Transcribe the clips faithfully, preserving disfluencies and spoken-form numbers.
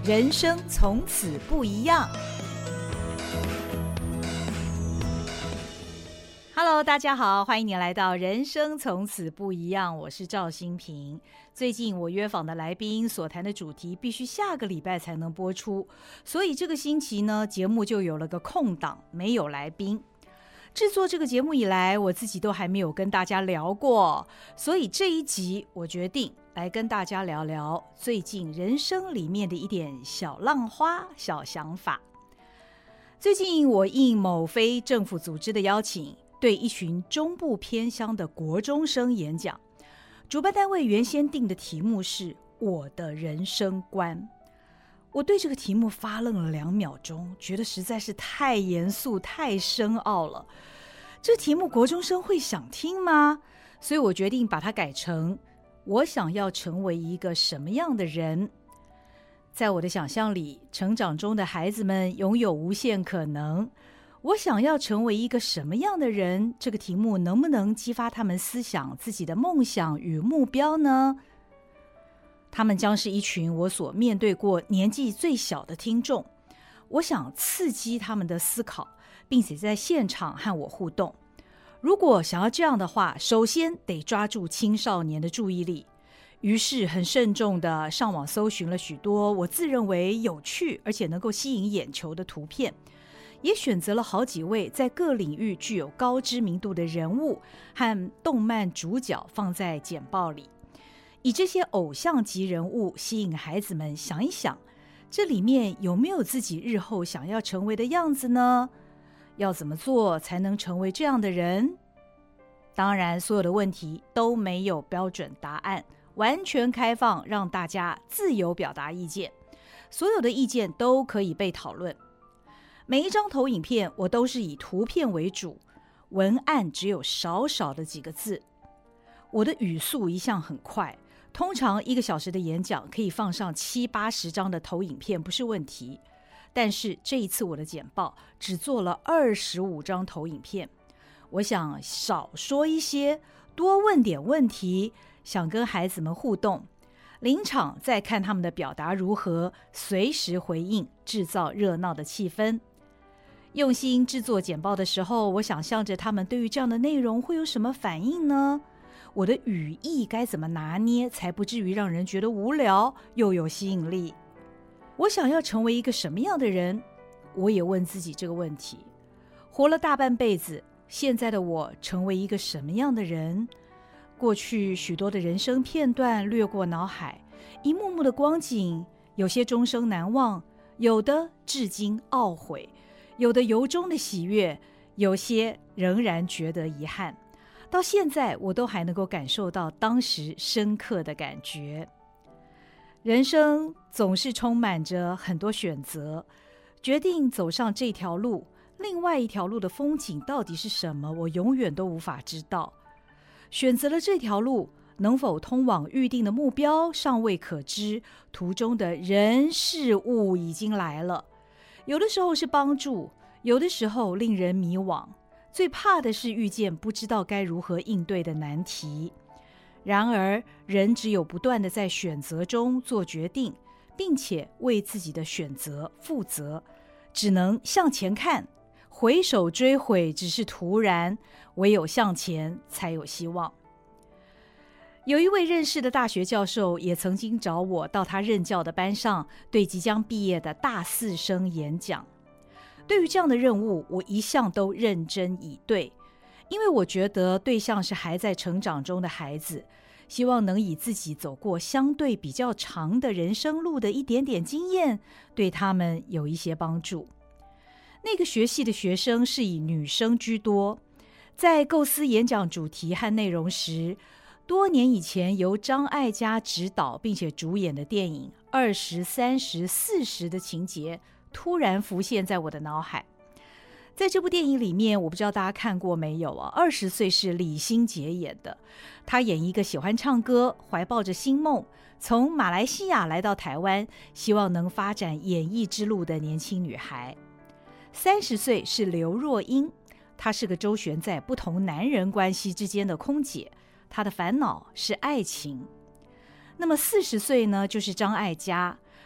人生从此不一样。Hello， 大家好，欢迎你来到人生从此不一样，我是赵心屏。最近我约访的来宾所谈的主题必须下个礼拜才能播出，所以这个星期呢，节目就有了个空档，没有来宾。制作这个节目以来，我自己都还没有跟大家聊过，所以这一集我决定来跟大家聊聊最近人生里面的一点小浪花、小想法。最近我应某非政府组织的邀请，对一群中部偏乡的国中生演讲。主办单位原先定的题目是我的人生观。我对这个题目发愣了两秒钟，觉得实在是太严肃、太深奥了。这题目国中生会想听吗？所以我决定把它改成我想要成为一个什么样的人。在我的想象里，成长中的孩子们拥有无限可能。我想要成为一个什么样的人？这个题目能不能激发他们思想自己的梦想与目标呢？他们将是一群我所面对过年纪最小的听众。我想刺激他们的思考，并且在现场和我互动。如果想要这样的话，首先得抓住青少年的注意力。于是很慎重地上网搜寻了许多我自认为有趣而且能够吸引眼球的图片，也选择了好几位在各领域具有高知名度的人物和动漫主角放在简报里，以这些偶像级人物吸引孩子们想一想，这里面有没有自己日后想要成为的样子呢？要怎么做才能成为这样的人？当然，所有的问题都没有标准答案，完全开放，让大家自由表达意见，所有的意见都可以被讨论。每一张投影片我都是以图片为主，文案只有少少的几个字。我的语速一向很快，通常一个小时的演讲可以放上七八十张的投影片不是问题，但是这一次我的简报只做了二十五张投影片。我想少说一些，多问点问题，想跟孩子们互动，临场再看他们的表达如何，随时回应，制造热闹的气氛。用心制作简报的时候，我想象着他们对于这样的内容会有什么反应呢？我的语义该怎么拿捏，才不至于让人觉得无聊又有吸引力？我想要成为一个什么样的人？我也问自己这个问题。活了大半辈子，现在的我成为一个什么样的人？过去许多的人生片段掠过脑海，一幕幕的光景，有些终生难忘，有的至今懊悔，有的由衷的喜悦，有些仍然觉得遗憾。到现在我都还能够感受到当时深刻的感觉。人生总是充满着很多选择，决定走上这条路，另外一条路的风景到底是什么，我永远都无法知道。选择了这条路，能否通往预定的目标尚未可知，途中的人事物已经来了，有的时候是帮助，有的时候令人迷惘。最怕的是遇见不知道该如何应对的难题。然而，人只有不断地在选择中做决定，并且为自己的选择负责，只能向前看，回首追悔只是徒然，唯有向前才有希望。有一位认识的大学教授也曾经找我到他任教的班上，对即将毕业的大四生演讲。对于这样的任务，我一向都认真以对，因为我觉得对象是还在成长中的孩子，希望能以自己走过相对比较长的人生路的一点点经验，对他们有一些帮助。那个学系的学生是以女生居多，在构思演讲主题和内容时，多年以前由张艾嘉执导并且主演的电影二十、三十、四十的情节突然浮现在我的脑海。在这部电影里面，我不知道大家看过没有啊？二十岁是李心洁演的，她演一个喜欢唱歌、怀抱着新梦，从马来西亚来到台湾，希望能发展演艺之路的年轻女孩。三十岁是刘若英，她是个周旋在不同男人关系之间的空姐，她的烦恼是爱情。那么四十岁呢，就是张艾嘉，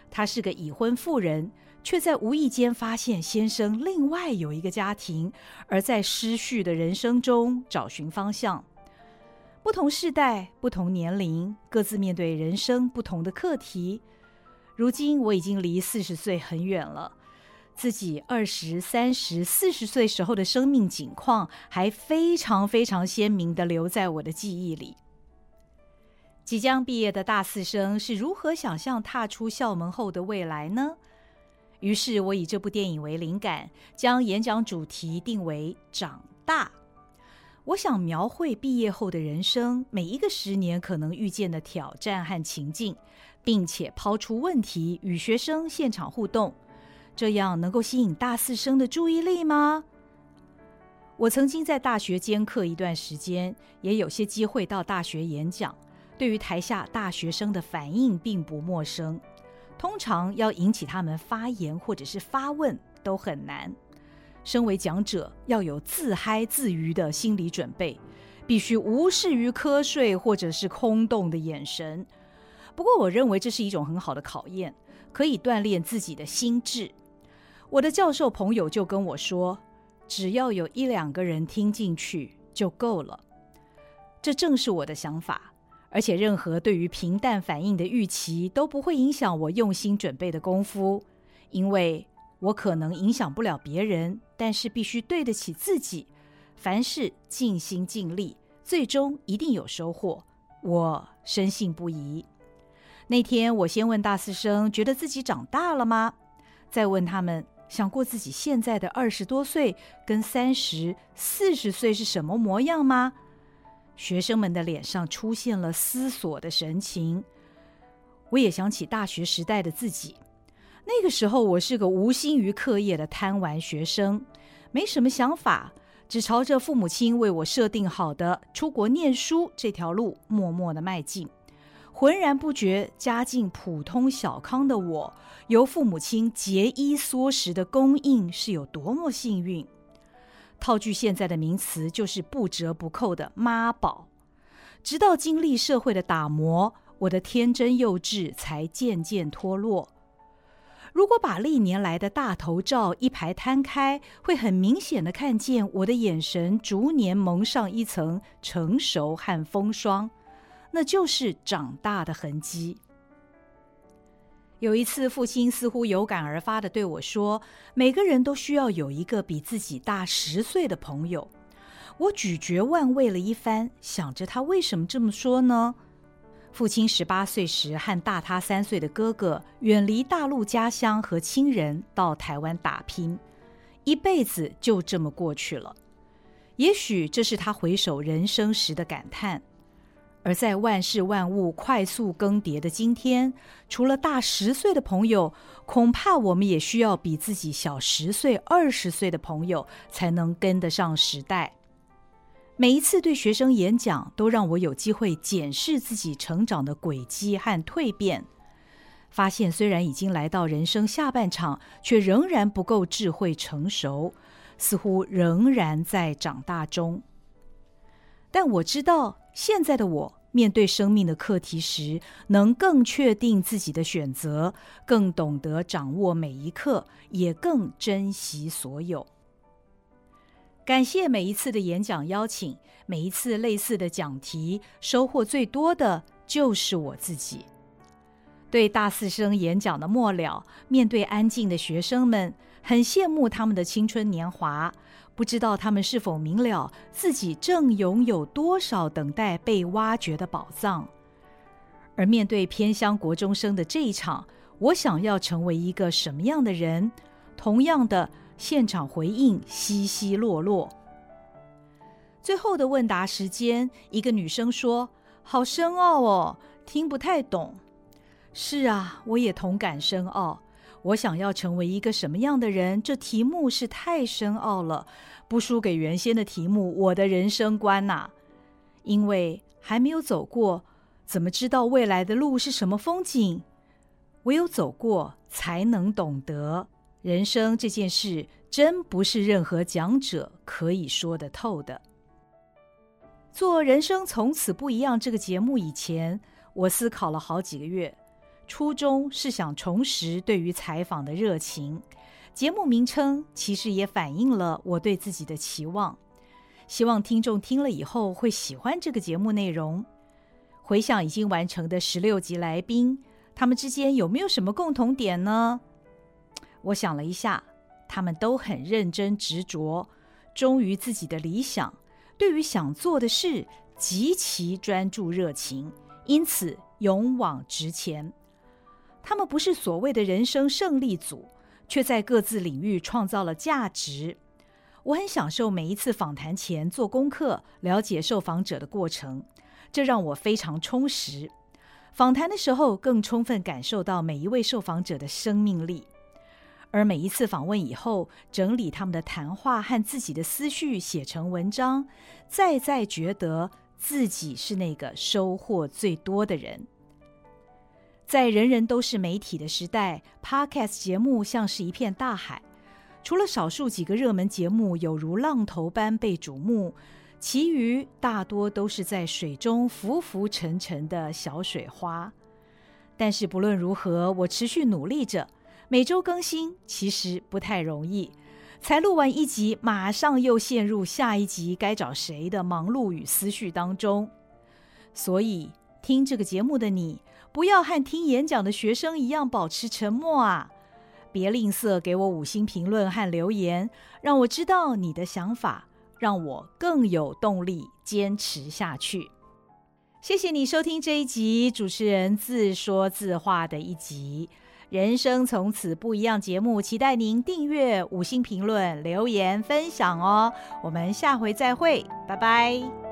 她是个已婚妇人，却在无意间发现先生另外有一个家庭，而在失序的人生中找寻方向。不同世代、不同年龄，各自面对人生不同的课题。如今我已经离四十岁很远了，自己二十三十、四十岁时候的生命景况还非常非常鲜明地留在我的记忆里。即将毕业的大四生是如何想象踏出校门后的未来呢？于是我以这部电影为灵感，将演讲主题定为长大。我想描绘毕业后的人生，每一个十年可能遇见的挑战和情境，并且抛出问题与学生现场互动，这样能够吸引大四生的注意力吗？我曾经在大学兼课一段时间，也有些机会到大学演讲，对于台下大学生的反应并不陌生。通常要引起他们发言或者是发问都很难。身为讲者，要有自嗨自娱的心理准备，必须无视于瞌睡或者是空洞的眼神。不过我认为这是一种很好的考验，可以锻炼自己的心智。我的教授朋友就跟我说，只要有一两个人听进去就够了。这正是我的想法，而且任何对于平淡反应的预期都不会影响我用心准备的功夫，因为我可能影响不了别人，但是必须对得起自己。凡事尽心尽力，最终一定有收获，我深信不疑。那天我先问大四生，觉得自己长大了吗？再问他们，想过自己现在的二十多岁跟三十、四十岁是什么模样吗？学生们的脸上出现了思索的神情。我也想起大学时代的自己，那个时候我是个无心于课业的贪玩学生，没什么想法，只朝着父母亲为我设定好的出国念书这条路默默地迈进。浑然不觉家境普通小康的我，由父母亲节衣缩食的供应是有多么幸运。套句现在的名词，就是不折不扣的妈宝。直到经历社会的打磨，我的天真幼稚才渐渐脱落。如果把历年来的大头照一排摊开，会很明显的看见我的眼神逐年蒙上一层成熟和风霜，那就是长大的痕迹。有一次，父亲似乎有感而发地对我说，每个人都需要有一个比自己大十岁的朋友。我咀嚼万味了一番，想着他为什么这么说呢？父亲十八岁时和大他三岁的哥哥远离大陆家乡和亲人，到台湾打拼，一辈子就这么过去了。也许这是他回首人生时的感叹。而在万事万物快速更迭的今天，除了大十岁的朋友，恐怕我们也需要比自己小十岁、二十岁的朋友，才能跟得上时代。每一次对学生演讲，都让我有机会检视自己成长的轨迹和蜕变，发现虽然已经来到人生下半场，却仍然不够智慧成熟，似乎仍然在长大中。但我知道，现在的我面对生命的课题时，能更确定自己的选择，更懂得掌握每一刻，也更珍惜所有。感谢每一次的演讲邀请，每一次类似的讲题，收获最多的就是我自己。对大四生演讲的末了，面对安静的学生们，很羡慕他们的青春年华，不知道他们是否明了自己正拥有多少等待被挖掘的宝藏。而面对偏乡国中生的这一场，我想要成为一个什么样的人？同样的，现场回应稀稀落落。最后的问答时间，一个女生说：“好深奥哦，听不太懂。”是啊，我也同感深奥。我想要成为一个什么样的人？这题目是太深奥了，不输给原先的题目。我的人生观啊，因为还没有走过，怎么知道未来的路是什么风景？唯有走过，才能懂得。人生这件事，真不是任何讲者可以说得透的。做《人生从此不一样》这个节目以前，我思考了好几个月， 初衷是想重拾对于采访的热情，节目名称其实也反映了我对自己的期望，希望听众听了以后会喜欢这个节目内容。回想已经完成的十六集来宾，他们之间有没有什么共同点呢？我想了一下，他们都很认真执着，忠于自己的理想，对于想做的事极其专注热情，因此勇往直前。他们不是所谓的人生胜利组，却在各自领域创造了价值。我很享受每一次访谈前做功课，了解受访者的过程，这让我非常充实。访谈的时候更充分感受到每一位受访者的生命力，而每一次访问以后，整理他们的谈话和自己的思绪写成文章，再再觉得自己是那个收获最多的人。在人人都是媒体的时代， Podcast 节目像是一片大海，除了少数几个热门节目有如浪头般被瞩目，其余大多都是在水中浮浮沉沉的小水花。但是不论如何，我持续努力着，每周更新其实不太容易，才录完一集，马上又陷入下一集该找谁的忙碌与思绪当中。所以听这个节目的你，不要和听演讲的学生一样保持沉默啊！别吝啬给我五星评论和留言，让我知道你的想法，让我更有动力坚持下去。谢谢你收听这一集主持人自说自话的一集，人生从此不一样节目，期待您订阅、五星评论、留言、分享哦。我们下回再会，拜拜。